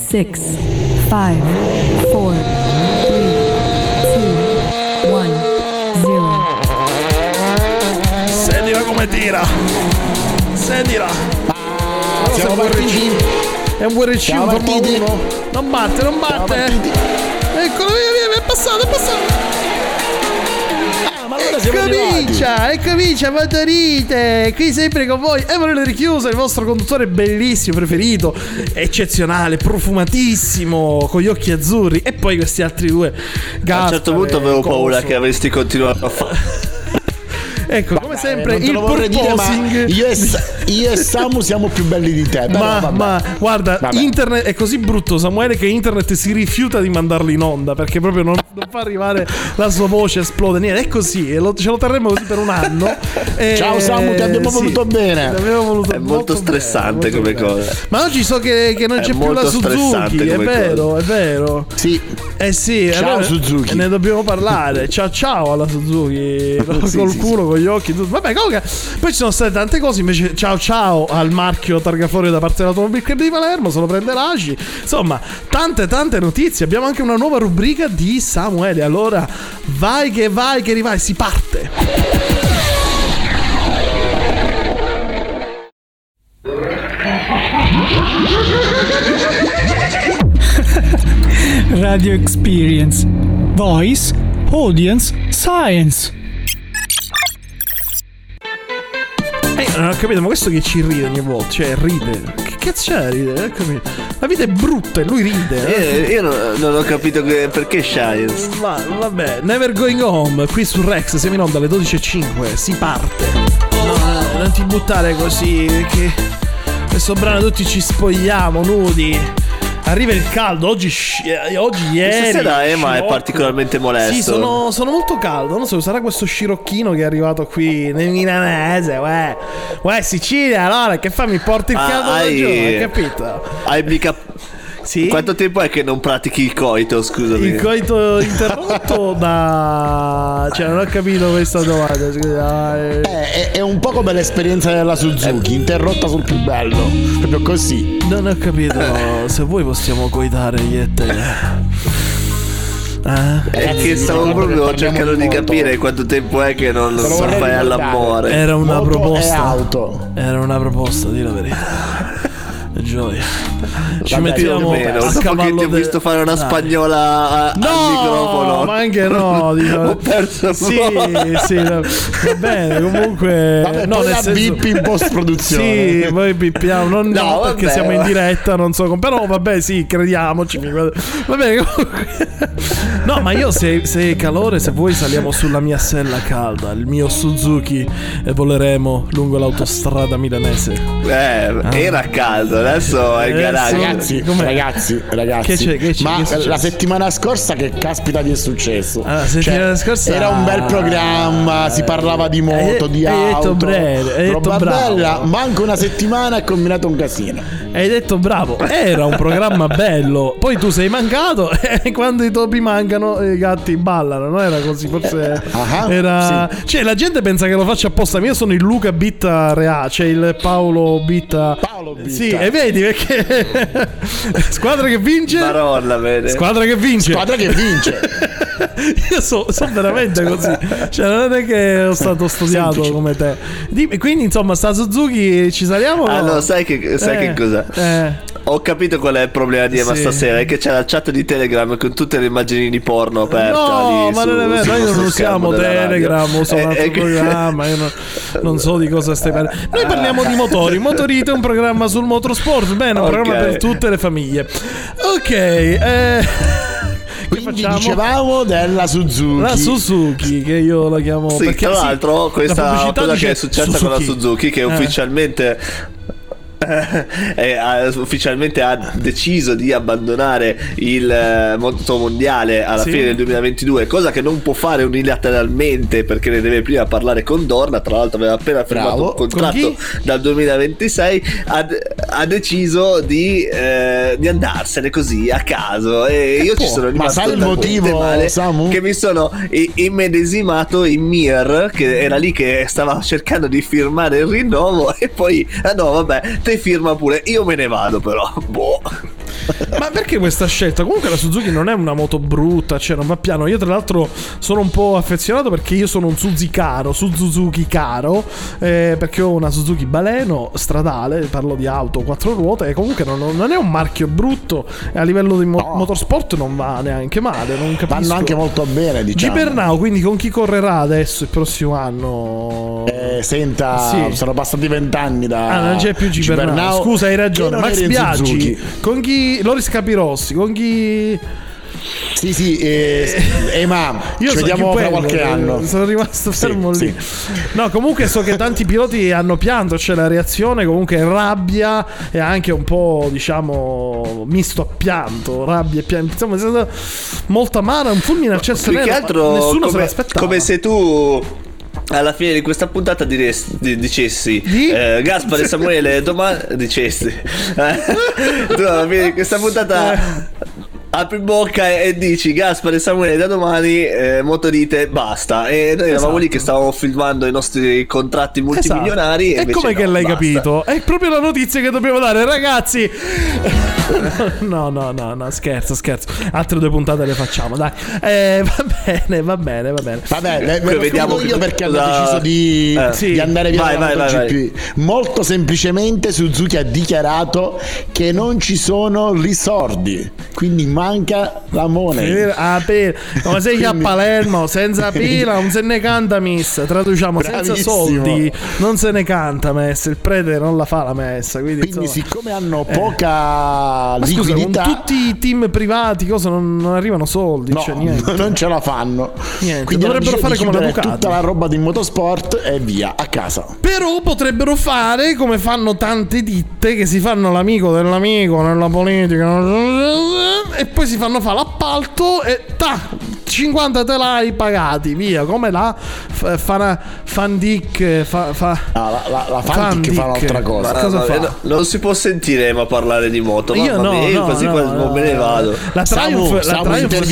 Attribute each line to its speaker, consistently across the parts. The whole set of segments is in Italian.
Speaker 1: 6, 5, 4, 3, 2, 1, 0.
Speaker 2: Sentila come tira. Sentila.
Speaker 3: Siamo partiti.
Speaker 2: È un VRC,
Speaker 3: Siamo
Speaker 2: un Formula
Speaker 3: partiti.
Speaker 2: 1. Non batte. Eccolo, via, è passato.
Speaker 3: Ma allora siamo arrivati.
Speaker 2: E comincia, motorite. Qui sempre con voi Emanuele Richiuso, il vostro conduttore bellissimo, preferito, eccezionale, profumatissimo, con gli occhi azzurri. E poi questi altri due,
Speaker 4: A un certo punto avevo paura
Speaker 2: Coso.
Speaker 4: che avresti continuato a fare.
Speaker 2: Ecco, come sempre
Speaker 3: non te
Speaker 2: il
Speaker 3: lo vorrei dire, ma
Speaker 2: proposing.
Speaker 3: io e Samu siamo più belli di te. Però vabbè.
Speaker 2: Ma guarda,
Speaker 3: Vabbè.
Speaker 2: internet è così brutto, Samuele, che internet si rifiuta di mandarlo in onda perché proprio non fa arrivare la sua voce, esplode. Niente, è così, ce lo terremo così per un anno.
Speaker 3: Ciao Samu, ti abbiamo voluto bene.
Speaker 2: ti abbiamo voluto
Speaker 4: È molto stressante
Speaker 2: bene,
Speaker 4: come
Speaker 2: molto
Speaker 4: cosa.
Speaker 2: bene. Ma oggi so che non
Speaker 4: È
Speaker 2: c'è più la
Speaker 4: molto stressante
Speaker 2: Suzuki, è
Speaker 4: come
Speaker 2: vero, è vero.
Speaker 3: Sì.
Speaker 2: Eh sì,
Speaker 3: Ciao,
Speaker 2: allora
Speaker 3: Suzuki.
Speaker 2: ne dobbiamo parlare. Ciao alla Suzuki. Col culo, con gli occhi, tutto. Vabbè, comunque, poi ci sono state tante cose. Invece, ciao al marchio Targaforio da parte dell'Automobile Club di Palermo. Se lo prende l'ACI. Insomma, tante notizie. Abbiamo anche una nuova rubrica di Samuele. Allora, vai che rivai, si parte.
Speaker 5: Radio Experience. Voice, Audience, Science.
Speaker 2: Non ho capito, ma questo che ci ride ogni volta? Cioè, ride. Che cazzo c'è a ridere? La vita è brutta e lui ride.
Speaker 4: Io non ho capito perché Science.
Speaker 2: Ma vabbè, Never Going Home, qui su Rex, siamo in onda alle 12.05, si parte. No, non ti buttare così, che questo brano tutti ci spogliamo nudi. Arriva il caldo, oggi ieri.
Speaker 4: Stasera Ema è
Speaker 2: scirocco.
Speaker 4: particolarmente molesto.
Speaker 2: Sì, sono molto caldo. Non so, sarà questo scirocchino che è arrivato qui nel milanese. Uè, Sicilia, allora che fa? Mi porti il caldo da giù, hai capito?
Speaker 4: Hai mica.
Speaker 2: Sì.
Speaker 4: Quanto tempo è che non pratichi il coito, scusami?
Speaker 2: Il coito interrotto da... Cioè, non ho capito questa domanda, scusa.
Speaker 3: È un po' come l'esperienza della Suzuki, interrotta sul più bello. Proprio così.
Speaker 2: Non ho capito se voi possiamo coitare io e te.
Speaker 4: È che stavo proprio cercando di capire quanto tempo è che non
Speaker 3: vorrei
Speaker 4: fai
Speaker 3: ricordare.
Speaker 4: all'amore.
Speaker 2: Era una
Speaker 3: Moto
Speaker 2: proposta.
Speaker 3: e auto.
Speaker 2: Era una proposta, di la verità. Gioia. Ci
Speaker 3: Vabbè,
Speaker 2: mettiamo
Speaker 4: Meno.
Speaker 2: a
Speaker 4: Dopo che
Speaker 2: cavallo
Speaker 4: ti ho visto fare una spagnola al microfono.
Speaker 2: ma anche no, diciamo.
Speaker 4: Ho perso
Speaker 2: sì, no, va bene, comunque
Speaker 3: Vabbè,
Speaker 2: no,
Speaker 3: poi
Speaker 2: nel
Speaker 3: la
Speaker 2: senso,
Speaker 3: bippi in post-produzione.
Speaker 2: sì, poi bippiamo, non
Speaker 4: No,
Speaker 2: no, perché
Speaker 4: vabbè,
Speaker 2: siamo in
Speaker 4: va.
Speaker 2: diretta, non so, però vabbè, sì, crediamoci. Va bene, comunque. No, ma io se è calore, se vuoi saliamo sulla mia sella calda, il mio Suzuki, e voleremo lungo l'autostrada milanese.
Speaker 4: Era caldo, adesso è in garage.
Speaker 3: Ragazzi,
Speaker 2: Che c'è?
Speaker 3: ma
Speaker 2: Che è successo?
Speaker 3: la settimana scorsa che caspita ti è successo?
Speaker 2: La settimana scorsa
Speaker 3: era un bel programma, si parlava di moto, di
Speaker 2: hai
Speaker 3: auto,
Speaker 2: detto breve, hai detto
Speaker 3: roba
Speaker 2: bravo.
Speaker 3: bella, manca una settimana e combinato un casino.
Speaker 2: Hai detto bravo, era un programma bello. Poi tu sei mancato e quando i topi mancano i gatti ballano. Non era così, forse era...
Speaker 3: sì.
Speaker 2: Cioè la gente pensa che lo faccia apposta. Io sono il Luca Bitta Rea, c'è il Paolo Bitta. Sì, e vedi perché squadra che vince.
Speaker 4: Maronna, vede.
Speaker 2: Squadra che vince.
Speaker 3: Squadra che vince.
Speaker 2: Io so veramente così. Cioè non è che ho stato studiato
Speaker 3: Semplice.
Speaker 2: come te. Quindi insomma sta Suzuki ci saliamo.
Speaker 4: Ah no, sai che cosa? Ho capito qual è il problema di Ema
Speaker 2: Sì.
Speaker 4: stasera. È che c'è la chat di Telegram con tutte le immagini di porno aperta.
Speaker 2: No,
Speaker 4: lì
Speaker 2: ma non è vero,
Speaker 4: sul
Speaker 2: noi non
Speaker 4: nostro
Speaker 2: usiamo
Speaker 4: schermo della radio.
Speaker 2: Telegram, usiamo un altro programma. Io non so di cosa stai parlando. Noi parliamo di motori. Motorite è un programma sul motorsport. Bene, un
Speaker 4: Ok.
Speaker 2: programma per tutte le famiglie. Ok,
Speaker 3: Quindi
Speaker 2: facciamo?
Speaker 3: dicevamo della Suzuki.
Speaker 2: La Suzuki, che io la chiamo.
Speaker 4: Sì,
Speaker 2: perché
Speaker 4: tra
Speaker 2: sì,
Speaker 4: l'altro
Speaker 2: la
Speaker 4: questa
Speaker 2: pubblicità
Speaker 4: cosa
Speaker 2: dice
Speaker 4: che è successa con la Suzuki che ufficialmente ha deciso di abbandonare il moto mondiale alla
Speaker 2: Sì.
Speaker 4: fine del 2022, cosa che non può fare unilateralmente perché ne deve prima parlare con Dorna. Tra l'altro aveva appena firmato
Speaker 3: Bravo.
Speaker 4: un contratto dal 2026. Ha deciso di andarsene così a caso e io ci sono
Speaker 3: Ma
Speaker 4: rimasto
Speaker 3: sai il
Speaker 4: talmente
Speaker 3: motivo,
Speaker 4: male
Speaker 3: Samu?
Speaker 4: che mi sono immedesimato in Mir, che era lì che stava cercando di firmare il rinnovo, e poi no vabbè, te firma pure, io me ne vado però. Boh.
Speaker 2: Ma perché anche questa scelta. Comunque la Suzuki non è una moto brutta, cioè non va piano. Io tra l'altro sono un po' affezionato perché io sono un Suzuki caro, perché ho una Suzuki Baleno stradale, parlo di auto 4 ruote, e comunque non è un marchio brutto, e a livello di motorsport non va neanche male, non capisco.
Speaker 3: Vanno anche molto bene, diciamo.
Speaker 2: Gibernau, quindi con chi correrà adesso il prossimo anno?
Speaker 3: Senta, sono passati 20 anni da
Speaker 2: non c'è più Gibernau. Scusa, hai ragione. Max Biaggi, con chi? Loris Capirossi, con chi?
Speaker 3: Sì, ma
Speaker 2: io
Speaker 3: ci vediamo fra qualche anno.
Speaker 2: Sono rimasto fermo lì.
Speaker 3: Sì.
Speaker 2: No, comunque so che tanti piloti hanno pianto, c'è la reazione comunque è rabbia e anche un po', diciamo, misto a pianto, rabbia e pianto. Insomma, è stata molto amara, un fulmine al cesso nero.
Speaker 4: Più che altro
Speaker 2: nessuno se l'aspettava.
Speaker 4: come se tu alla fine di questa puntata dicessi Gaspare e Samuele domani dicessi tu alla fine di questa puntata apri bocca e dici Gaspare e Samuele da domani motorite basta, e noi eravamo lì che stavamo filmando i nostri contratti multimilionari.
Speaker 2: E come che l'hai capito? È proprio la notizia che dobbiamo dare, ragazzi. No, scherzo. Altre 2 puntate le facciamo, dai. Va bene.
Speaker 3: Vabbè, vediamo io perché hanno deciso di andare via dalla MotoGP. Molto semplicemente Suzuki ha dichiarato che non ci sono risordi, quindi manca la money.
Speaker 2: Come sei a Palermo, senza pila non se ne canta messa. Traduciamo, senza soldi non se ne canta messa. Il prete non la fa la messa. Quindi
Speaker 3: siccome hanno poca liquidità,
Speaker 2: con tutti i team privati non arrivano soldi,
Speaker 3: no,
Speaker 2: cioè niente.
Speaker 3: Non ce la fanno.
Speaker 2: Niente.
Speaker 3: Quindi
Speaker 2: dovrebbero fare come la Ducati,
Speaker 3: tutta la roba di motorsport e via a casa.
Speaker 2: Però potrebbero fare come fanno tante ditte che si fanno l'amico dell'amico nella politica e poi si fanno fare l'appalto e 50 telai pagati, via, come la Fandic
Speaker 3: la Fandic fa un'altra cosa.
Speaker 2: Cosa fa?
Speaker 4: Non si può sentire ma parlare di moto.
Speaker 2: Io
Speaker 4: me ne vado.
Speaker 2: La Triumph si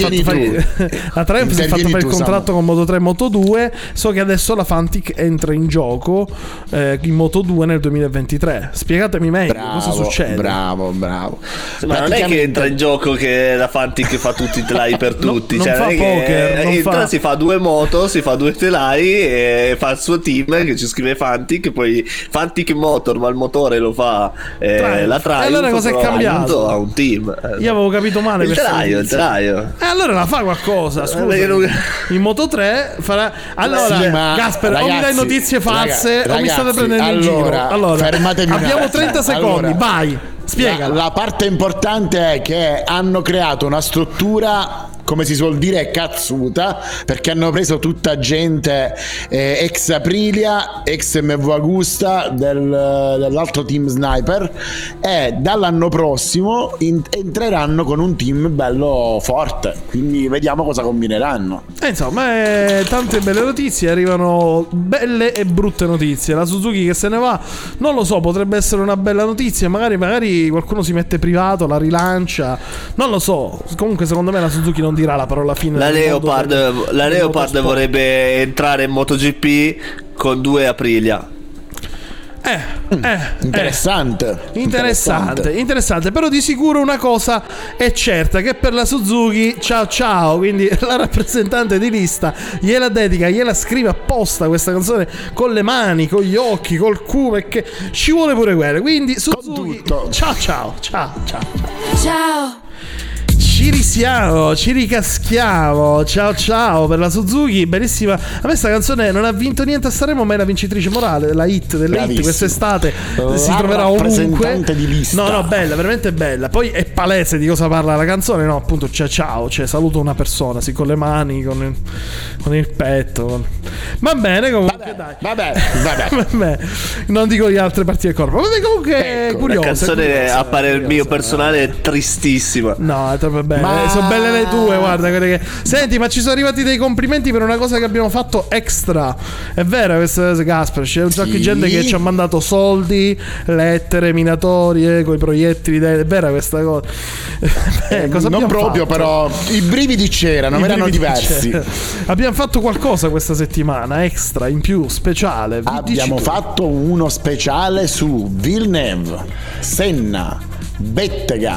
Speaker 2: è fatto fare il contratto con Moto3 e Moto 2. So che adesso la Fantic entra in gioco in Moto 2 nel 2023. Spiegatemi meglio cosa succede.
Speaker 3: Bravo.
Speaker 4: Ma non è che entra in gioco che la Fantic fa tutti i telai per tutti,
Speaker 2: non
Speaker 4: cioè
Speaker 2: fa poker,
Speaker 4: si fa 2 moto, si fa 2 telai e fa il suo team che ci scrive Fantic, poi Fantic Motor, ma il motore lo fa la Triumph.
Speaker 2: E allora cosa è cambiato?
Speaker 4: Ha un team.
Speaker 2: Io avevo capito male
Speaker 4: il telaio.
Speaker 2: E allora la fa qualcosa, scusa. In Moto 3 farà. Allora, Gasper, o mi dai notizie false o mi state prendendo in giro. Allora,
Speaker 3: fermatemi.
Speaker 2: Abbiamo 30 secondi, vai. Spiega.
Speaker 3: La parte importante è che hanno creato una struttura, come si suol dire, cazzuta, perché hanno preso tutta gente ex Aprilia, ex MV Agusta dell'altro team Sniper, e dall'anno prossimo entreranno con un team bello forte, quindi vediamo cosa combineranno.
Speaker 2: Insomma, tante belle notizie, arrivano belle e brutte notizie. La Suzuki che se ne va, non lo so, potrebbe essere una bella notizia, magari qualcuno si mette privato, la rilancia, non lo so. Comunque secondo me la Suzuki non dirà la parola fine.
Speaker 4: La Leopard vorrebbe entrare in MotoGP con 2 Aprilia.
Speaker 2: Interessante. Però di sicuro una cosa è certa, che per la Suzuki ciao, quindi la rappresentante di lista gliela dedica, gliela scrive apposta questa canzone con le mani, con gli occhi, col culo, perché ci vuole pure quello. Quindi Suzuki, ciao. Ci risiamo, ci ricaschiamo. Ciao per la Suzuki, bellissima. A me sta canzone non ha vinto niente a Sanremo, ma è la vincitrice morale, la hit delle hit quest'estate. Si troverà ovunque.
Speaker 3: Di lista.
Speaker 2: No, bella, veramente bella. Poi è palese di cosa parla la canzone. No, appunto, ciao, saluto una persona, sì, con le mani, con il petto. Va bene, comunque, vabbè. Non dico le altre parti del corpo. Vabbè, comunque è curioso.
Speaker 4: La canzone a parer mio personale è tristissima.
Speaker 2: No, è troppo bella. Sono belle le tue, guarda quelle che... Senti, ma ci sono arrivati dei complimenti per una cosa che abbiamo fatto extra. È vero questa cosa, Gasper? C'è un sacco di gente che ci ha mandato soldi, lettere minatorie con i proiettili. È vera questa cosa? Cosa
Speaker 3: non proprio
Speaker 2: fatto?
Speaker 3: Però i brividi c'erano, ma erano diversi.
Speaker 2: Abbiamo fatto qualcosa questa settimana extra, in più, speciale.
Speaker 3: Abbiamo fatto uno speciale su Villeneuve, Senna, Bettegar,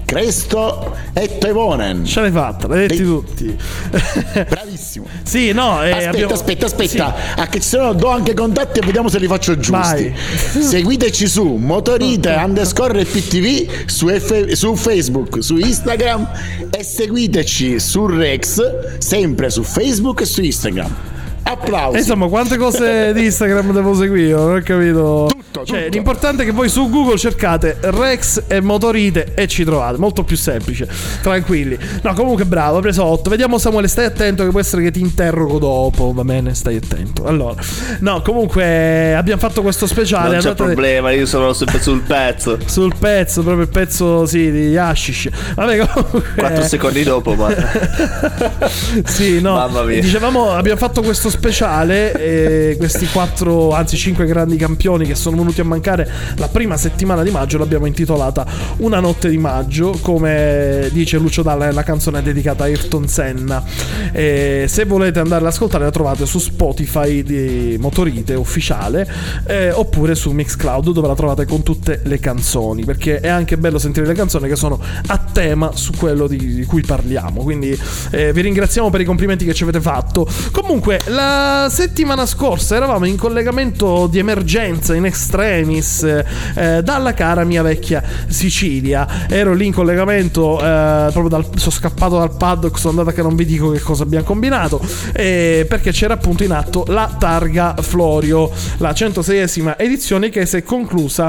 Speaker 3: Cresto e Toivonen.
Speaker 2: Ce l'hai fatta, l'hai detti tutti.
Speaker 3: Bravissimo.
Speaker 2: Sì, no,
Speaker 3: Aspetta.
Speaker 2: Sì.
Speaker 3: A che se no do anche contatti e vediamo se li faccio giusti.
Speaker 2: Vai.
Speaker 3: Seguiteci su Motorite_PTV su Facebook, su Instagram, e seguiteci su Rex, sempre su Facebook e su Instagram. Applausi.
Speaker 2: Insomma, quante cose di Instagram devo seguire? Non ho capito.
Speaker 3: Tutto.
Speaker 2: L'importante è che voi su Google cercate Rex e Motorite e ci trovate. Molto più semplice. Tranquilli. No, comunque bravo, hai preso 8. Vediamo, Samuele, stai attento che può essere che ti interrogo dopo. Va bene, stai attento. Allora, no, comunque abbiamo fatto questo speciale.
Speaker 4: Non c'è problema, io sono sempre sul pezzo.
Speaker 2: Sul pezzo, proprio il pezzo, sì, di Hashish. Vabbè, comunque
Speaker 4: 4 secondi dopo, ma
Speaker 2: sì, no.
Speaker 4: Mamma mia.
Speaker 2: Dicevamo, abbiamo fatto questo speciale, questi 4, anzi 5 grandi campioni che sono venuti a mancare la prima settimana di maggio l'abbiamo intitolata Una notte di maggio, come dice Lucio Dalla nella canzone dedicata a Ayrton Senna. Se volete andare ad ascoltare la trovate su Spotify di Motorite ufficiale, oppure su Mixcloud, dove la trovate con tutte le canzoni, perché è anche bello sentire le canzoni che sono a tema su quello di cui parliamo. Quindi vi ringraziamo per i complimenti che ci avete fatto. Comunque la settimana scorsa eravamo in collegamento di emergenza in extremis dalla cara mia vecchia Sicilia. Ero lì in collegamento proprio sono scappato dal paddock, sono andato che non vi dico che cosa abbiamo combinato, perché c'era appunto in atto la Targa Florio, la 106esima edizione, che si è conclusa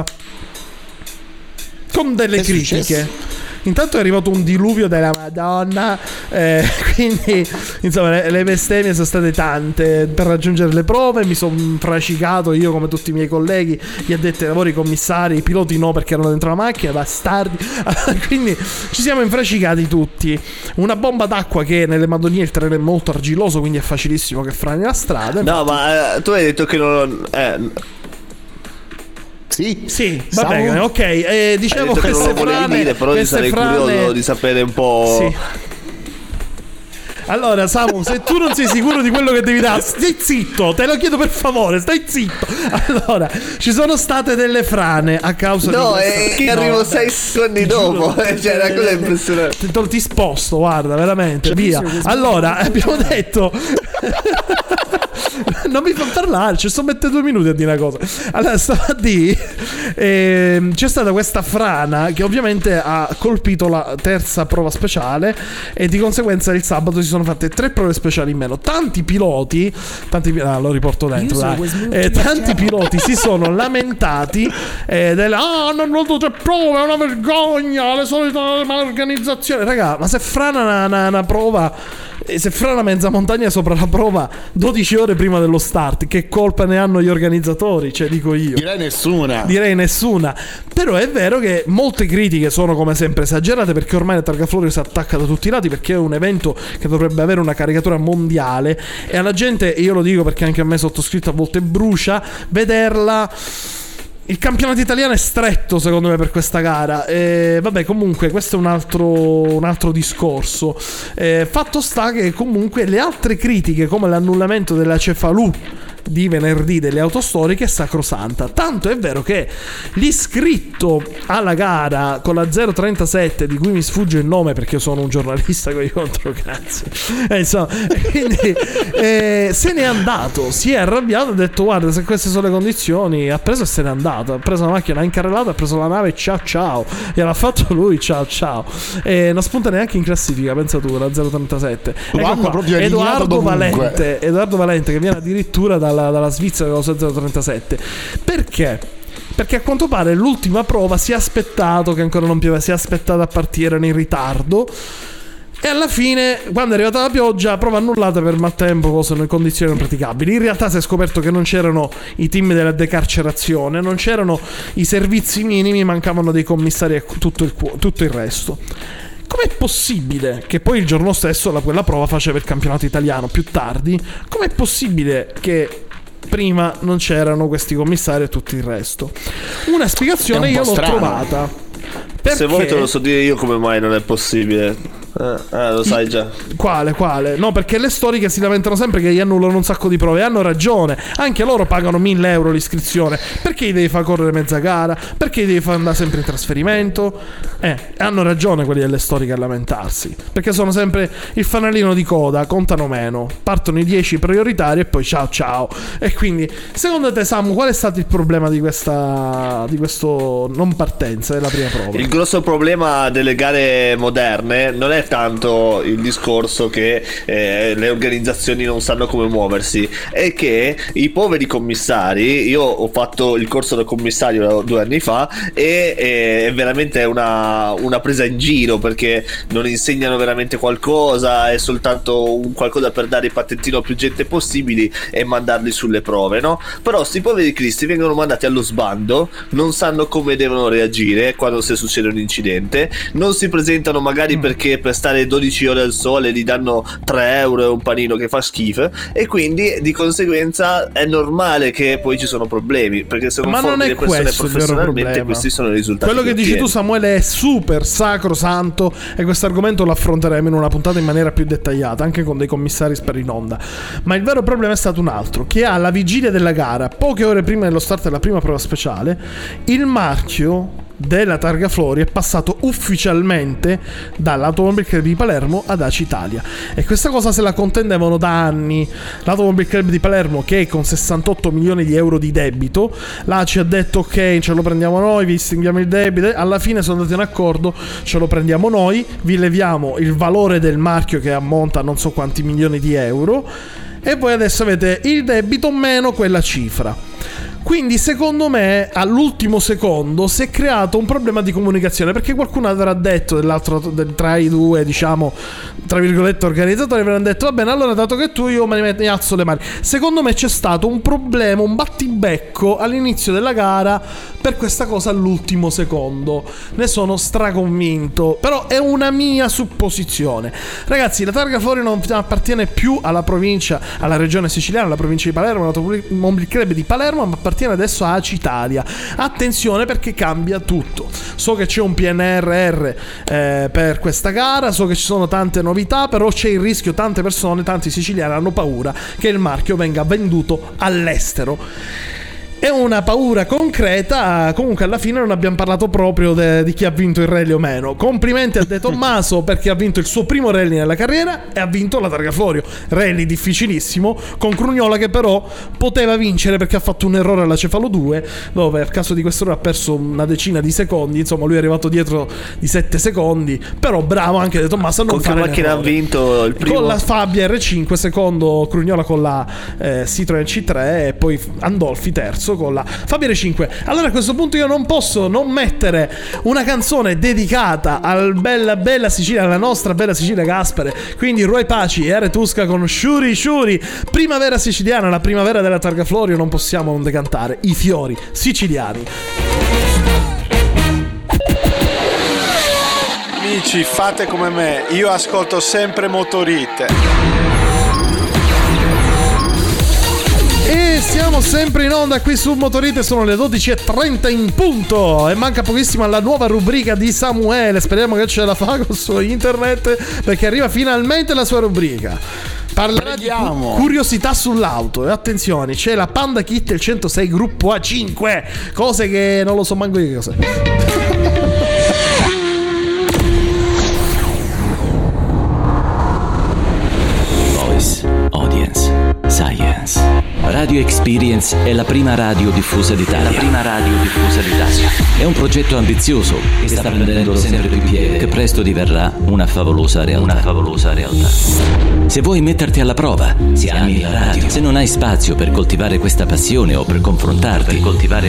Speaker 2: con delle critiche.
Speaker 3: Successo?
Speaker 2: Intanto è arrivato un diluvio della Madonna, quindi insomma le bestemmie sono state tante per raggiungere le prove. Mi sono fracicato io come tutti i miei colleghi, gli addetti ai lavori, i commissari, i piloti no perché erano dentro la macchina, bastardi. Quindi ci siamo infracicati tutti. Una bomba d'acqua che nelle Madonie il terreno è molto argiloso, quindi è facilissimo che frani la strada.
Speaker 4: No, ma tu hai detto che non...
Speaker 2: Sì, va bene, ok. Dicevo
Speaker 4: che non
Speaker 2: queste
Speaker 4: lo volevi
Speaker 2: frane,
Speaker 4: dire, però sarei curioso di sapere un po'.
Speaker 2: Sì. Allora, Samu, se tu non sei sicuro di quello che devi dare, stai zitto, te lo chiedo per favore, stai zitto. Allora, ci sono state delle frane a causa di
Speaker 4: che arrivo 6 secondi dopo. Cioè, la cosa è impressionante.
Speaker 2: Ti sposto, guarda, veramente, via. Allora, abbiamo detto non mi fa parlare, ci sto mettendo 2 minuti a dire una cosa. Allora, stavo a dire c'è stata questa frana che ovviamente ha colpito la terza prova speciale, e di conseguenza il sabato si sono fatte 3 prove speciali in meno. Tanti piloti lo riporto dentro, dai. Tanti piloti si sono lamentati hanno avuto 3 prove, è una vergogna, le solite malorganizzazioni. Raga, ma se frana una prova, se frana mezza montagna sopra la prova 12 ore prima dello start, che colpa ne hanno gli organizzatori? Cioè, dico io, direi nessuna. Però è vero che molte critiche sono come sempre esagerate, perché ormai la Targa Florio si attacca da tutti i lati, perché è un evento che dovrebbe avere una caricatura mondiale, e alla gente, io lo dico perché anche a me sottoscritto a volte brucia vederla. Il campionato italiano è stretto secondo me per questa gara. Vabbè, comunque questo è un altro discorso. Fatto sta che comunque le altre critiche, come l'annullamento della Cefalù di venerdì delle auto storiche, è sacrosanta. Tanto è vero che l'iscritto alla gara con la 037, di cui mi sfugge il nome perché sono un giornalista con i controcazzi, insomma, quindi se n'è andato, si è arrabbiato, ha detto guarda, se queste sono le condizioni, ha preso e se n'è andato, ha preso la macchina, ha incarrelato, ha preso la nave, ciao, gliel'ha fatto lui, ciao, e non spunta neanche in classifica, pensa tu, la 037. Ecco qua, Edoardo Valente, che viene addirittura dalla Svizzera con la 037. Perché? Perché a quanto pare l'ultima prova si è aspettato che ancora non pioveva, si è aspettato a partire, erano in ritardo, e alla fine, quando è arrivata la pioggia, prova annullata per maltempo, cose in condizioni impraticabili. In realtà si è scoperto che non c'erano i team della decarcerazione, non c'erano i servizi minimi, mancavano dei commissari e tutto il resto. Com'è possibile che poi il giorno stesso quella prova faceva il campionato italiano più tardi? Com'è possibile che prima non c'erano questi commissari e tutto il resto? Una spiegazione io l'ho trovata.
Speaker 4: Se vuoi te lo so dire io come mai non è possibile. Lo sai già.
Speaker 2: Quale? No, perché le storiche si lamentano sempre che gli annullano un sacco di prove. Hanno ragione. Anche loro pagano 1.000 euro l'iscrizione. Perché gli devi far correre mezza gara? Perché gli devi far andare sempre in trasferimento? Hanno ragione quelli delle storiche a lamentarsi. Perché sono sempre il fanalino di coda, contano meno. Partono i 10 prioritari e poi ciao. E quindi, secondo te, Samu, qual è stato il problema di questo non partenza della prima prova?
Speaker 4: Il grosso problema delle gare moderne non è tanto il discorso che le organizzazioni non sanno come muoversi, è che i poveri commissari, io ho fatto il corso da commissario 2 anni fa e è veramente una presa in giro, perché non insegnano veramente qualcosa, è soltanto un qualcosa per dare il patentino a più gente possibile e mandarli sulle prove, no? Però sti poveri cristi vengono mandati allo sbando, non sanno come devono reagire quando se succede un incidente, non si presentano magari perché per stare 12 ore al sole gli danno 3 euro e un panino che fa schifo, e quindi di conseguenza è normale che poi ci sono problemi, perché se non formi le persone professionalmente, questi sono i risultati.
Speaker 2: Quello che dici tu, Samuele, è super sacrosanto, e questo argomento lo affronteremo in una puntata in maniera più dettagliata, anche con dei commissari per in onda. Ma il vero problema è stato un altro, che alla vigilia della gara, poche ore prima dello start della prima prova speciale, il marchio della Targa Florio è passato ufficialmente dall'Automobile Club di Palermo ad ACI Italia, e questa cosa se la contendevano da anni. L'Automobile Club di Palermo, che è con 68 milioni di euro di debito, l'ACI ha detto ok, ce lo prendiamo noi, vi estinguiamo il debito. Alla fine sono andati in accordo, ce lo prendiamo noi, vi leviamo il valore del marchio che ammonta a non so quanti milioni di euro, e voi adesso avete il debito meno quella cifra. Quindi secondo me all'ultimo secondo si è creato un problema di comunicazione, perché qualcuno avrà detto tra i due, diciamo, tra virgolette, organizzatori, avranno detto va bene, allora dato che tu, io mi alzo le mani. Secondo me c'è stato un problema, un battibecco all'inizio della gara per questa cosa all'ultimo secondo. Ne sono straconvinto, però è una mia supposizione. Ragazzi, la Targa Florio non appartiene più alla provincia, alla regione siciliana, alla provincia di Palermo, all'Automobile Club di Palermo, ma appartiene adesso a ACI Italia. Attenzione, perché cambia tutto. So che c'è un PNRR per questa gara, so che ci sono tante novità, però c'è il rischio, tante persone, tanti siciliani hanno paura che il marchio venga venduto all'estero. È una paura concreta. Comunque alla fine non abbiamo parlato proprio di chi ha vinto il rally o meno. Complimenti a De Tommaso perché ha vinto il suo primo rally nella carriera e ha vinto la Targa Florio, rally difficilissimo, con Crugnola che però poteva vincere perché ha fatto un errore alla Cefalo 2, dove a caso di questo errore ha perso una decina di secondi. Insomma, lui è arrivato dietro di 7 secondi, però bravo anche De Tommaso a non fare
Speaker 4: l'errore. Con che macchina ha vinto il primo?
Speaker 2: Con la Fabia R5, secondo Crugnola con la Citroen C3 e poi Andolfi terzo con la Fabia R5. Allora a questo punto io non posso non mettere una canzone dedicata al bella Sicilia, alla nostra bella Sicilia Gaspare, quindi Roy Paci e Aretusca con Shuri Shuri, primavera siciliana, la primavera della Targa Florio, non possiamo non decantare i fiori siciliani.
Speaker 6: Amici, fate come me, io ascolto sempre Motorite.
Speaker 2: E siamo sempre in onda qui su Motorite, sono le 12:30 in punto e manca pochissimo alla nuova rubrica di Samuele. Speriamo che ce la fa con su internet, perché arriva finalmente la sua rubrica. Parlerà di curiosità sull'auto. E attenzione, c'è la Panda Kit il 106 gruppo A5, cose che non lo so manco io che cos'è.
Speaker 7: Voice, Audience, Science. Radio Experience è la prima radio diffusa d'Italia. È un progetto ambizioso che sta prendendo sempre più piede, che presto diverrà una favolosa realtà. Se vuoi metterti alla prova, se ami la radio, se non hai spazio per coltivare questa passione o per confrontarti,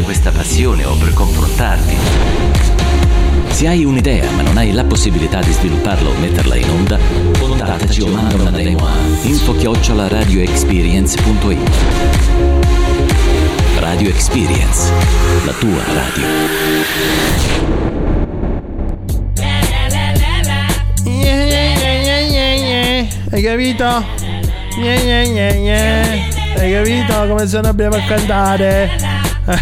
Speaker 7: se hai un'idea ma non hai la possibilità di svilupparla o metterla in onda, contattaci o manda una demo a info@radioexperience.it. Radio Experience, la tua radio.
Speaker 2: Hai capito? Hai capito come se ne abbiamo a cantare?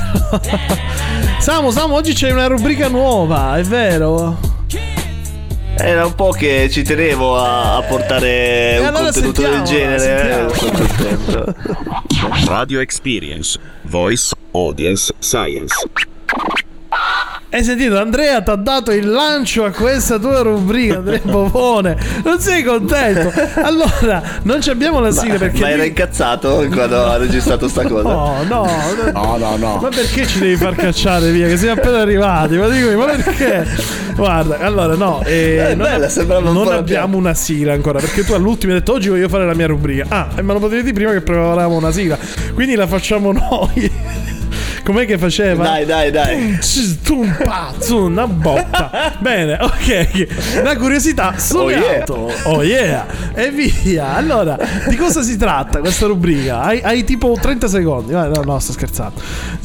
Speaker 2: Samu, oggi c'è una rubrica nuova, è vero?
Speaker 4: Era un po' che ci tenevo a portare un
Speaker 2: allora
Speaker 4: contenuto del genere.
Speaker 2: sentiamo.
Speaker 8: Radio Experience, Voice, Audience, Science.
Speaker 2: Hai sentito? Andrea ti ha dato il lancio a questa tua rubrica, Andrea Bovone. Non sei contento? Allora, non ci abbiamo la sigla perché...
Speaker 4: Ma era incazzato quando ha registrato sta cosa?
Speaker 3: No.
Speaker 2: Ma perché ci devi far cacciare via? Che siamo appena arrivati. Ma dico, ma perché? Guarda, allora no, non abbiamo una sigla ancora, perché tu all'ultimo hai detto oggi voglio fare la mia rubrica. Ma lo potevi dire prima che preparavamo una sigla. Quindi la facciamo noi. Com'è che faceva?
Speaker 4: Dai.
Speaker 2: Una botta. Bene, ok. La curiosità suonato. Oh yeah. E via. Allora, di cosa si tratta questa rubrica? Hai tipo 30 secondi. No, sto scherzando.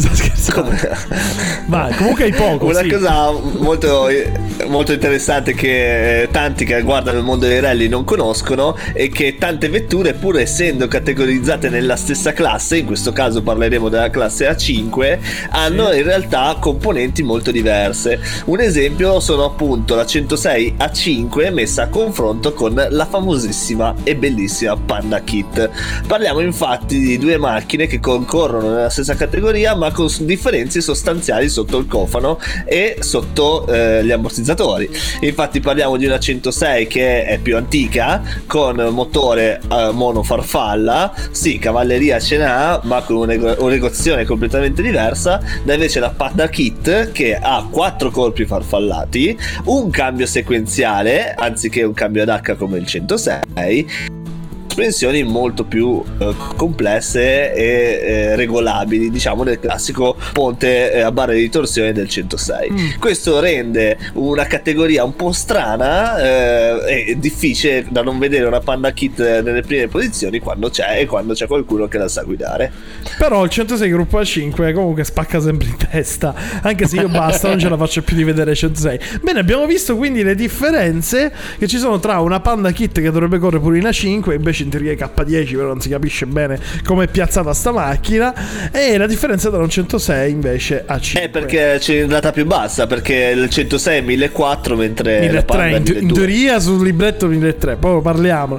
Speaker 2: Vai, comunque hai poco.
Speaker 4: Una cosa molto, molto interessante che tanti che guardano il mondo dei rally non conoscono è che tante vetture, pur essendo categorizzate nella stessa classe, in questo caso parleremo della classe A5, hanno in realtà componenti molto diverse. Un esempio sono appunto la 106 A5 messa a confronto con la famosissima e bellissima Panda Kit. Parliamo infatti di due macchine che concorrono nella stessa categoria ma con differenze sostanziali sotto il cofano e sotto gli ammortizzatori. Infatti parliamo di una 106 che è più antica, con motore monofarfalla, sì, cavalleria ce n'ha ma con un'erogazione completamente diversa, da invece la Panda Kit che ha 4 colpi farfallati, un cambio sequenziale anziché un cambio ad H come il 106, sospensioni molto più complesse e regolabili, diciamo del classico ponte a barre di torsione del 106. Questo rende una categoria un po' strana e difficile da non vedere una Panda Kit nelle prime posizioni quando c'è qualcuno che la sa guidare.
Speaker 2: Però il 106 gruppo A5 comunque spacca sempre in testa, anche se io basta, non ce la faccio più di vedere 106. Bene, abbiamo visto quindi le differenze che ci sono tra una Panda Kit che dovrebbe correre pure in A5, invece in teoria K10, però non si capisce bene come è piazzata sta macchina, e la differenza tra un 106 invece A5
Speaker 4: perché c'è cilindrata più bassa, perché il 106 è 1400 mentre
Speaker 2: 1300,
Speaker 4: la Panda è 1200.
Speaker 2: in teoria sul libretto 1300, poi parliamo.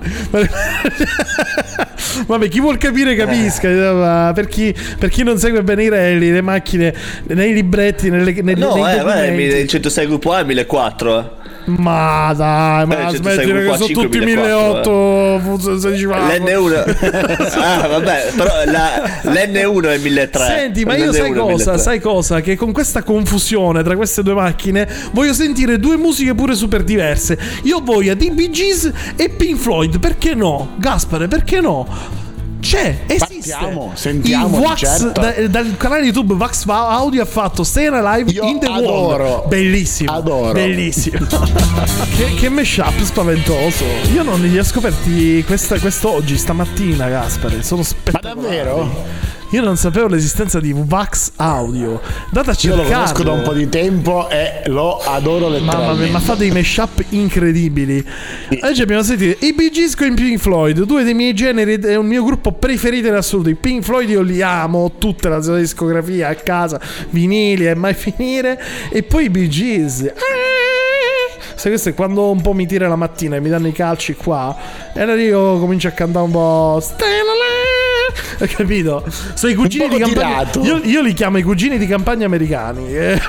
Speaker 2: Vabbè, chi vuol capire capisca. Per chi non segue bene i rally, le macchine nei libretti, nei documenti.
Speaker 4: Il 106 gruppo A è 1400.
Speaker 2: Ma dai, ma smetti che sono tutti 1800 16
Speaker 4: l'N1 vabbè, però l'N1 è 1300.
Speaker 2: Senti, ma io sai cosa? Che con questa confusione tra queste due macchine voglio sentire due musiche pure super diverse. Io voglio di Bee Gees e Pink Floyd. Perché no? Gaspare, perché no? Esiste.
Speaker 3: Sentiamo,
Speaker 2: il Vax,
Speaker 3: certo.
Speaker 2: Dal canale YouTube Vax Audio ha fatto Stay Alive in the World. Bellissimo.
Speaker 3: Adoro.
Speaker 2: Bellissimo. che mashup spaventoso. Io non li ho scoperti quest'oggi, stamattina, Gaspare. Sono spettacolari.
Speaker 3: Ma davvero?
Speaker 2: Io non sapevo l'esistenza di Vax Audio. Date a cercarlo.
Speaker 3: Io lo conosco da un po' di tempo e lo adoro letteralmente.
Speaker 2: Ma fa dei mashup incredibili. Oggi abbiamo sentito i Bee Gees con Pink Floyd, due dei miei generi, è un mio gruppo preferito in assoluto. I Pink Floyd io li amo, tutta la sua discografia a casa, vinili e mai finire. E poi i Bee Gees. Sai, questo è quando un po' mi tira la mattina e mi danno i calci qua, e allora io comincio a cantare un po' Stay Alive. Hai capito? Sono i cugini di campagna. Io li chiamo i cugini di campagna americani.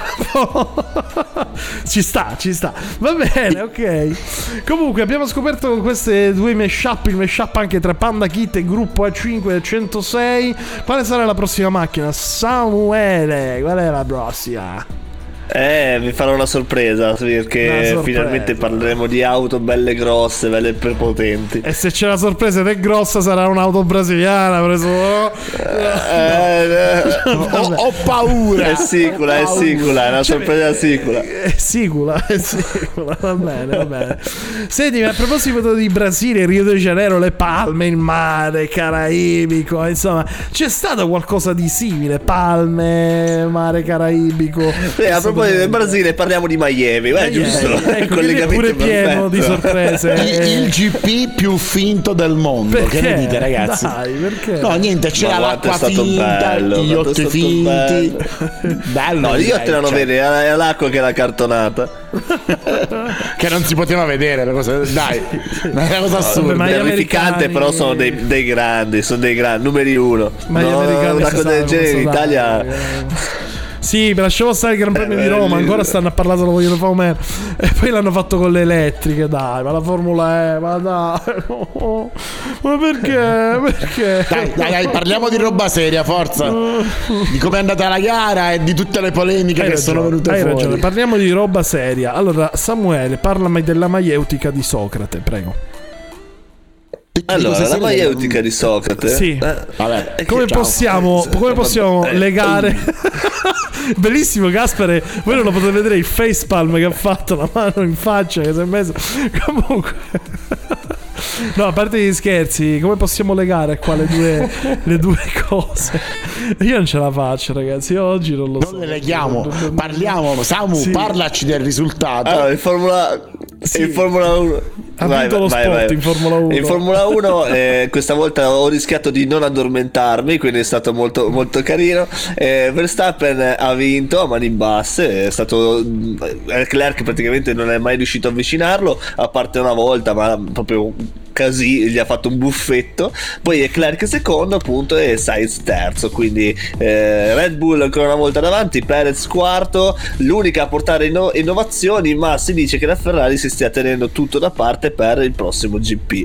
Speaker 2: Ci sta. Va bene, ok. Comunque abbiamo scoperto queste due mashup. Il mashup anche tra Panda Kit e gruppo A5 e 106. Quale sarà la prossima macchina? Samuele, qual è la prossima?
Speaker 4: Vi farò una sorpresa, perché finalmente parleremo di auto belle grosse, belle prepotenti.
Speaker 2: E se c'è la sorpresa ed è grossa sarà un'auto brasiliana preso.
Speaker 3: Ho paura.
Speaker 4: È sicula, è una sorpresa sicula.
Speaker 2: È sicula. Va bene. Senti, a proposito di Brasile, Rio de Janeiro, le palme, il mare caraibico, insomma, c'è stato qualcosa di simile? Palme, mare caraibico.
Speaker 4: A proposito poi del Brasile parliamo di Miami. È giusto.
Speaker 2: Ecco,
Speaker 4: Collegamento
Speaker 2: pure pieno
Speaker 4: perfetto.
Speaker 2: di sorprese.
Speaker 3: Il GP più finto del mondo.
Speaker 2: Perché?
Speaker 3: Che ne dite, ragazzi?
Speaker 2: Dai, perché?
Speaker 3: No, niente, c'era
Speaker 4: Ma
Speaker 3: l'acqua
Speaker 4: quanto è stato
Speaker 3: finta,
Speaker 4: bello,
Speaker 3: gli
Speaker 4: quanto è
Speaker 3: yacht
Speaker 4: stato
Speaker 3: finti. Bello.
Speaker 4: No, gli yacht erano
Speaker 3: cioè,
Speaker 4: veri, era l'acqua che era cartonata.
Speaker 3: che non si poteva vedere le cose. Dai, è una cosa assurda.
Speaker 2: ma gli
Speaker 4: Terrificante,
Speaker 2: americani-
Speaker 4: però sono dei grandi, numeri uno.
Speaker 2: Ma gli
Speaker 4: No,
Speaker 2: americani
Speaker 4: una
Speaker 2: si
Speaker 4: cosa
Speaker 2: sa
Speaker 4: del
Speaker 2: come
Speaker 4: genere in
Speaker 2: sono
Speaker 4: Italia.
Speaker 2: dati. Sì, lasciamo stare il Gran Premio di Roma. Ancora stanno a parlare se lo vogliono fare o meno. E poi l'hanno fatto con le elettriche. Dai, ma la Formula E, ma dai, no. Ma perché?
Speaker 3: Dai, parliamo di roba seria, forza. Di come è andata la gara e di tutte le polemiche che sono venute
Speaker 2: hai
Speaker 3: fuori.
Speaker 2: ragione, parliamo di roba seria. Allora, Samuele, parlami della maieutica di Socrate, prego.
Speaker 4: Allora, la maieutica di Socrate.
Speaker 2: Sì.
Speaker 3: Vabbè,
Speaker 2: Come
Speaker 3: ciao.
Speaker 2: possiamo legare? Bellissimo, Gaspare. Voi non lo potete vedere il facepalm che ha fatto, la mano in faccia che si è messo. Comunque, no, a parte gli scherzi, come possiamo legare qua le due cose? Io non ce la faccio, ragazzi. Io oggi non lo so.
Speaker 3: Non le leghiamo, parliamo. Samu,
Speaker 2: Sì.
Speaker 3: parlaci del risultato.
Speaker 4: Allora, in Formula 1
Speaker 2: Ha vinto lo spot in Formula 1.
Speaker 4: In Formula 1 questa volta ho rischiato di non addormentarmi, quindi è stato molto, molto carino. Verstappen ha vinto a mani basse, è stato Leclerc praticamente non è mai riuscito a avvicinarlo, a parte una volta, ma proprio così gli ha fatto un buffetto. Poi Leclerc secondo appunto e Sainz terzo, quindi Red Bull ancora una volta davanti, Perez quarto, l'unica a portare innovazioni, ma si dice che la Ferrari si stia tenendo tutto da parte per il prossimo GP.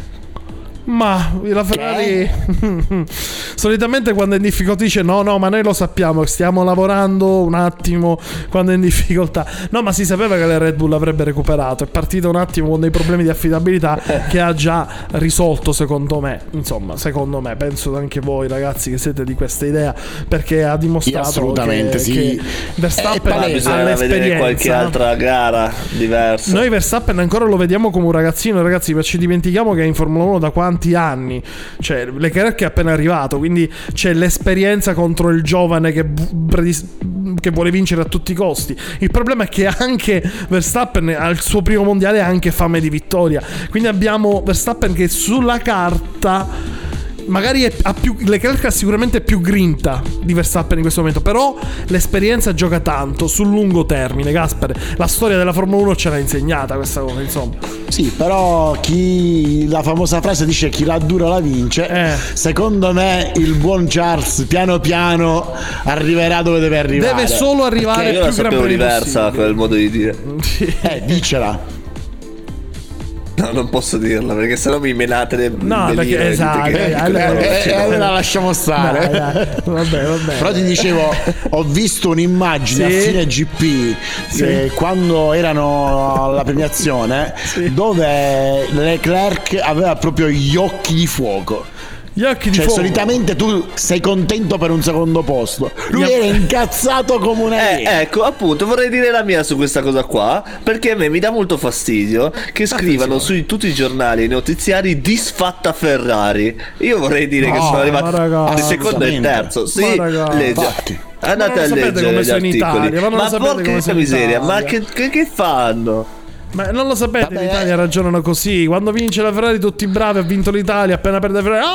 Speaker 2: Ma la Ferrari solitamente quando è in difficoltà dice no, ma noi lo sappiamo, stiamo lavorando un attimo quando è in difficoltà. No, ma si sapeva che la Red Bull avrebbe recuperato, è partito un attimo con dei problemi di affidabilità che ha già risolto, secondo me. Insomma, secondo me, penso anche voi ragazzi che siete di questa idea, perché ha dimostrato
Speaker 3: assolutamente, sì.
Speaker 2: che Verstappen ha
Speaker 4: Bisogna vedere
Speaker 2: l'esperienza.
Speaker 4: qualche altra gara diversa.
Speaker 2: Noi Verstappen ancora lo vediamo come un ragazzino, ragazzi, ma ci dimentichiamo che è in Formula 1 da quanti anni. Cioè, Leclerc è appena arrivato, quindi c'è l'esperienza contro il giovane che vuole vincere a tutti i costi. Il problema è che anche Verstappen al suo primo mondiale ha anche fame di vittoria. Quindi abbiamo Verstappen che sulla carta magari Leclerc ha sicuramente più grinta di Verstappen in questo momento, però l'esperienza gioca tanto sul lungo termine. Gaspare, la storia della Formula 1 ce l'ha insegnata questa cosa, insomma.
Speaker 3: Sì, però la famosa frase dice chi la dura la vince. Secondo me il buon Charles piano piano arriverà dove deve arrivare.
Speaker 2: Deve solo arrivare
Speaker 4: Io
Speaker 2: più
Speaker 4: la sapevo
Speaker 2: gran premio
Speaker 4: diversa
Speaker 2: possibile.
Speaker 4: quel modo di dire.
Speaker 3: Dicela.
Speaker 4: No, non posso dirla perché sennò mi menate le
Speaker 2: No,
Speaker 4: le
Speaker 2: perché
Speaker 4: linee,
Speaker 2: esatto,
Speaker 4: dite che-
Speaker 3: Allora la lasciamo stare.
Speaker 2: Dai. Vabbè.
Speaker 3: Però ti dicevo, ho visto un'immagine
Speaker 2: Sì.
Speaker 3: a fine GP quando erano alla premiazione dove Leclerc aveva proprio gli occhi di fuoco.
Speaker 2: Gli occhi di
Speaker 3: Cioè,
Speaker 2: fuoco.
Speaker 3: solitamente tu sei contento per un secondo posto. Lui
Speaker 2: Gli-
Speaker 3: era incazzato come una
Speaker 4: Ecco, appunto, vorrei dire la mia su questa cosa qua, perché a me mi dà molto fastidio che scrivano su tutti i giornali e i notiziari disfatta Ferrari. Io vorrei dire che sono arrivato
Speaker 2: ma ragazzi,
Speaker 4: al secondo e terzo. Sì,
Speaker 2: Ma ragazzi.
Speaker 4: legge.
Speaker 3: Infatti.
Speaker 4: Andate
Speaker 2: Ma non
Speaker 4: a
Speaker 2: sapete
Speaker 4: leggere
Speaker 2: come
Speaker 4: gli
Speaker 2: sono in
Speaker 4: articoli.
Speaker 2: Italia, ma non
Speaker 4: Ma
Speaker 2: sapete come
Speaker 4: porca
Speaker 2: sono in
Speaker 4: miseria, ma
Speaker 2: Italia.
Speaker 4: che fanno?
Speaker 2: Ma non lo sapete,
Speaker 3: Vabbè.
Speaker 2: in Italia ragionano così. Quando vince la Ferrari tutti bravi, ha vinto l'Italia. Appena perde la Ferrari,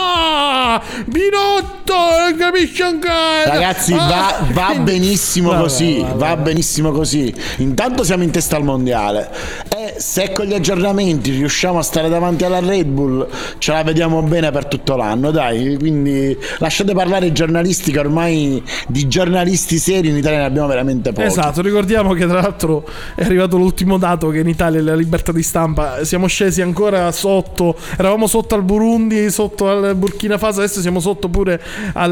Speaker 2: Binotto, non capisci ancora.
Speaker 3: Ragazzi, va benissimo così. Va benissimo così. Intanto siamo in testa al mondiale. E se con gli aggiornamenti riusciamo a stare davanti alla Red Bull, ce la vediamo bene per tutto l'anno. Dai, quindi lasciate parlare i giornalisti, che ormai di giornalisti seri in Italia ne abbiamo veramente pochi.
Speaker 2: Esatto, ricordiamo che tra l'altro è arrivato l'ultimo dato, che in Italia la libertà di stampa siamo scesi ancora sotto. Eravamo sotto al Burundi, sotto al Burkina Faso, adesso siamo sotto pure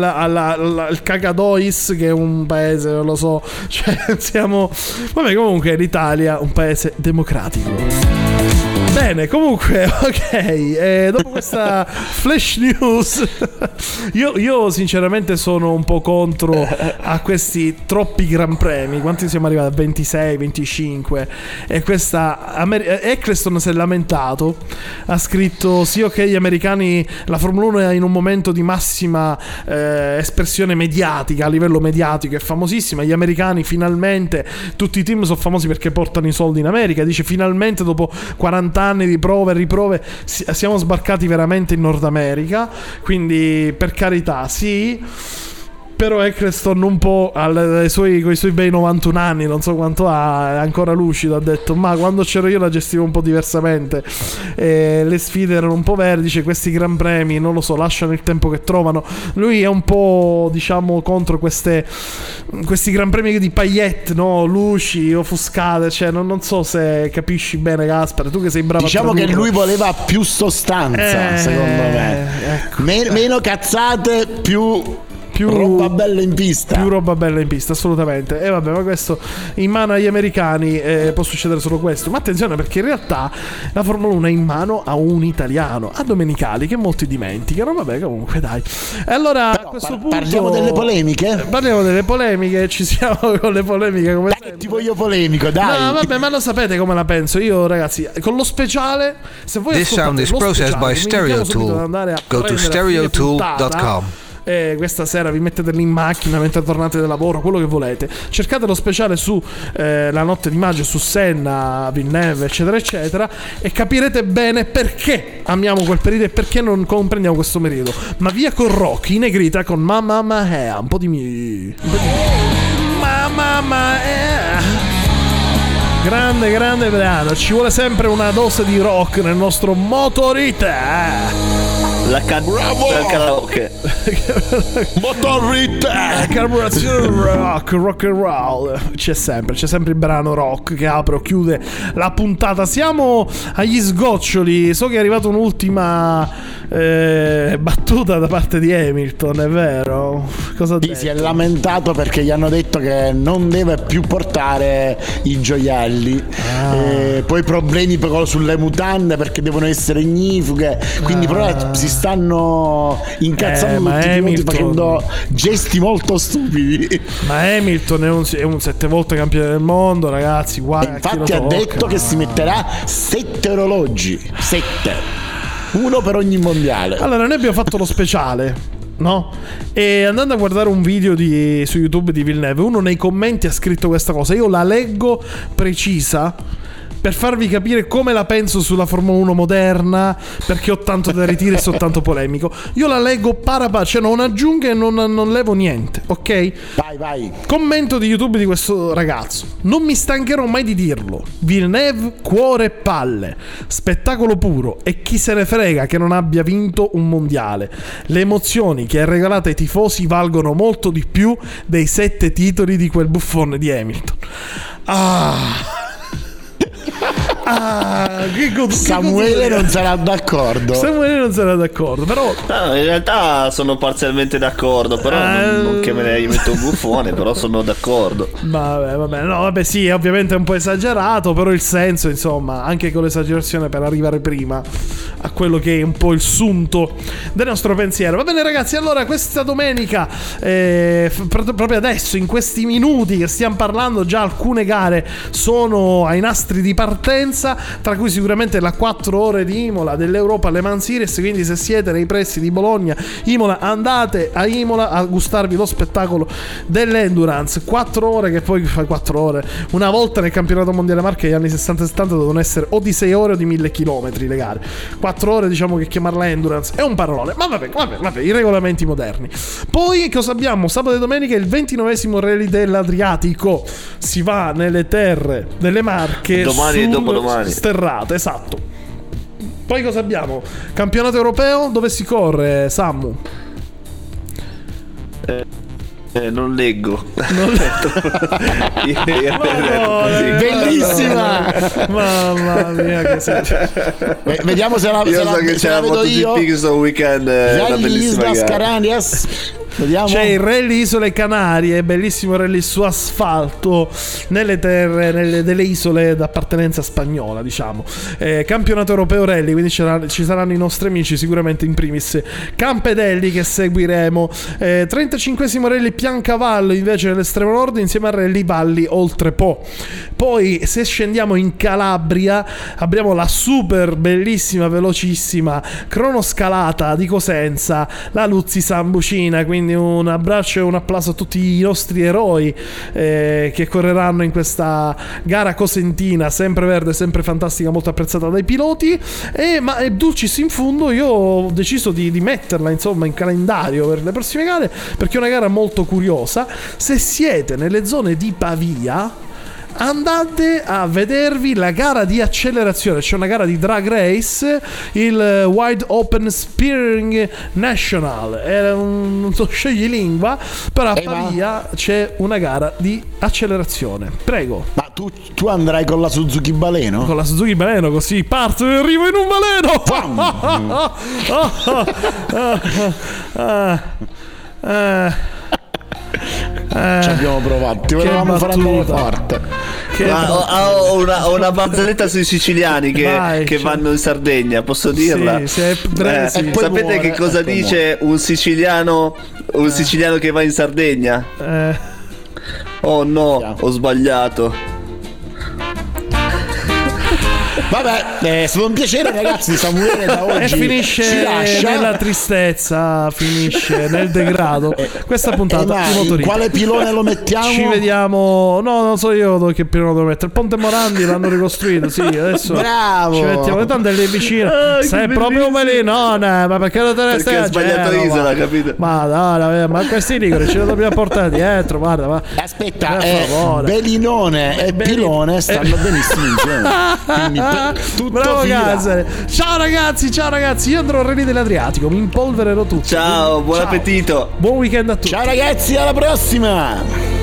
Speaker 2: al Cagadois, che è un paese, non lo so, cioè siamo, vabbè, comunque l'Italia un paese democratico. Bene, Bene, comunque, ok, dopo questa flash news io sinceramente sono un po' contro a questi troppi gran premi. Quanti siamo arrivati? 26, 25. E questa Eccleston si è lamentato, ha scritto sì, ok, gli americani, la Formula 1 è in un momento di massima espressione mediatica, a livello mediatico è famosissima, gli americani finalmente, tutti i team sono famosi perché portano i soldi in America, dice finalmente dopo 40 anni di prove e riprove siamo sbarcati veramente in Nord America, quindi per carità sì. Però Eccleston un po' con i suoi bei 91 anni, non so quanto ha, è ancora lucido, ha detto ma quando c'ero io la gestivo un po' diversamente, le sfide erano un po' vertice, questi gran premi non lo so, lasciano il tempo che trovano. Lui è un po', diciamo, contro questi gran premi di paillette, no? Luci, offuscate, cioè non so se capisci bene, Gaspare, tu che sei bravo,
Speaker 3: diciamo che lui voleva più sostanza, secondo me,
Speaker 2: ecco.
Speaker 3: Meno cazzate, più roba bella in pista.
Speaker 2: Più roba bella in pista, assolutamente. E vabbè, ma questo in mano agli americani può succedere solo questo. Ma attenzione, perché in realtà la Formula 1 è in mano a un italiano, a Domenicali, che molti dimenticano. Vabbè, comunque dai. E allora a questo punto
Speaker 3: parliamo delle polemiche?
Speaker 2: Parliamo delle polemiche, ci siamo con le polemiche come
Speaker 3: dai, sempre. Ti voglio polemico, dai.
Speaker 2: No, vabbè, ma lo sapete come la penso. Io, ragazzi, con lo speciale, se voi
Speaker 9: This sound is processed by Stereotool. Go to stereotool.com.
Speaker 2: Questa sera vi mettete lì in macchina mentre tornate da lavoro, quello che volete, cercate lo speciale su la notte di maggio, su Senna, Villeneuve, eccetera eccetera, e capirete bene perché amiamo quel periodo e perché non comprendiamo questo periodo. Ma via con Rocky in negrita con Mamma Mia, un po' di Mamma Mia. Grande brano, ci vuole sempre una dose di rock nel nostro motorite.
Speaker 4: La karaoke.
Speaker 2: Motorite. Carburazione rock and roll. C'è sempre il brano rock che apre o chiude la puntata. Siamo agli sgoccioli. So che è arrivata un'ultima battuta da parte di Hamilton, è vero? Cosa ha detto?
Speaker 3: Si è lamentato perché gli hanno detto che non deve più portare i gioielli. Poi problemi sulle mutande perché devono essere ignifughe. Quindi però si stanno incazzando tutti Hamilton, facendo gesti molto stupidi.
Speaker 2: Ma Hamilton è un 7 volte campione del mondo, ragazzi. Guarda,
Speaker 3: infatti ha detto che si metterà 7 orologi, 7, uno per ogni mondiale.
Speaker 2: Allora noi abbiamo fatto lo speciale, no? E andando a guardare un video su YouTube di Villeneuve, uno nei commenti ha scritto questa cosa. Io la leggo precisa per farvi capire come la penso sulla Formula 1 moderna, perché ho tanto da ritiro e sono tanto polemico. Io la leggo cioè non aggiungo e non levo niente, ok?
Speaker 3: Vai.
Speaker 2: Commento di YouTube di questo ragazzo: non mi stancherò mai di dirlo, Villeneuve cuore e palle, spettacolo puro, e chi se ne frega che non abbia vinto un mondiale. Le emozioni che ha regalato ai tifosi valgono molto di più dei 7 titoli di quel buffone di Hamilton.
Speaker 3: Samuele non sarà d'accordo.
Speaker 2: Però
Speaker 4: in realtà sono parzialmente d'accordo. Però non che me ne metto un buffone. Però sono d'accordo.
Speaker 2: Vabbè, no, vabbè, sì, ovviamente è un po' esagerato, però il senso, insomma, anche con l'esagerazione per arrivare prima a quello che è un po' il sunto del nostro pensiero. Va bene, ragazzi, allora questa domenica proprio adesso, in questi minuti che stiamo parlando, già alcune gare sono ai nastri di partenza, tra cui sicuramente la 4 ore di Imola dell'Europa Le Mans Series. Quindi se siete nei pressi di Bologna, Imola, andate a Imola a gustarvi lo spettacolo dell'endurance. 4 ore che poi fai 4 ore. Una volta nel campionato mondiale marche negli anni 60 e 70 dovevano essere o di 6 ore o di 1000 chilometri le gare. 4 ore, diciamo che chiamarla endurance è un parolone. Ma vabbè, i regolamenti moderni. Poi cosa abbiamo? Sabato e domenica il 29esimo Rally dell'Adriatico. Si va nelle terre delle Marche,
Speaker 4: domani e dopodomani,
Speaker 2: sterrate, esatto. Poi cosa abbiamo? Campionato europeo, dove si corre, Sammu?
Speaker 4: Non leggo.
Speaker 3: Bellissima.
Speaker 2: Mamma mia, che sei.
Speaker 3: Vediamo se la
Speaker 4: so che
Speaker 3: se la
Speaker 4: c'era
Speaker 3: vedo io.
Speaker 4: questo weekend.
Speaker 3: Rally Islas Canarias. Vediamo.
Speaker 2: C'è il Rally Isole Canarie, bellissimo rally su asfalto nelle terre delle isole d'appartenenza spagnola, diciamo. Campionato europeo rally, quindi ci saranno i nostri amici, sicuramente in primis Campedelli, che seguiremo. 35esimo rally Piancavallo invece nell'estremo nord, insieme a Rally Valli Oltre Po. Poi se scendiamo in Calabria abbiamo la super bellissima, velocissima cronoscalata di Cosenza, la Luzzi Sambucina, quindi un abbraccio e un applauso a tutti i nostri eroi che correranno in questa gara cosentina, sempre verde, sempre fantastica, molto apprezzata dai piloti. Ma è dulcis in fundo, io ho deciso di metterla insomma in calendario per le prossime gare, perché è una gara molto curiosa. Se siete nelle zone di Pavia, andate a vedervi la gara di accelerazione. C'è una gara di drag race, il Wide Open Spearing National, è non so, scegli lingua, però a Pavia c'è una gara di accelerazione. Prego.
Speaker 3: Ma tu andrai con la Suzuki Baleno?
Speaker 2: Con la Suzuki Baleno, così parto e arrivo in un baleno.
Speaker 3: Ci abbiamo provato, ti volevamo fare andare forte.
Speaker 4: Ho una barzelletta sui siciliani che vanno in Sardegna, posso dirla?
Speaker 2: Sì,
Speaker 4: sapete che cosa dice un siciliano che va in Sardegna? Oh no, ho sbagliato.
Speaker 3: Vabbè, è stato un piacere, ragazzi. Samuele da oggi
Speaker 2: e finisce nella tristezza, finisce nel degrado questa puntata di Motorino.
Speaker 3: Quale pilone lo mettiamo?
Speaker 2: Ci vediamo. No, non so io che pilone devo mettere. Il Ponte Morandi l'hanno ricostruito, sì, adesso
Speaker 3: bravo,
Speaker 2: ci mettiamo. Tanto è lì vicino. Sei proprio Melinone, ma perché te
Speaker 4: perché ha sbagliato isola, capito?
Speaker 2: Ma questi liguri ce li dobbiamo portare dietro, guarda.
Speaker 3: Aspetta, Belinone e Pilone stanno benissimo insieme. Quindi tutto
Speaker 2: bravo Gazzare. Ciao ragazzi, io andrò al Rally dell'Adriatico, mi impolvererò tutto.
Speaker 4: Ciao, buon appetito.
Speaker 2: Buon weekend a tutti.
Speaker 3: Ciao ragazzi, alla prossima.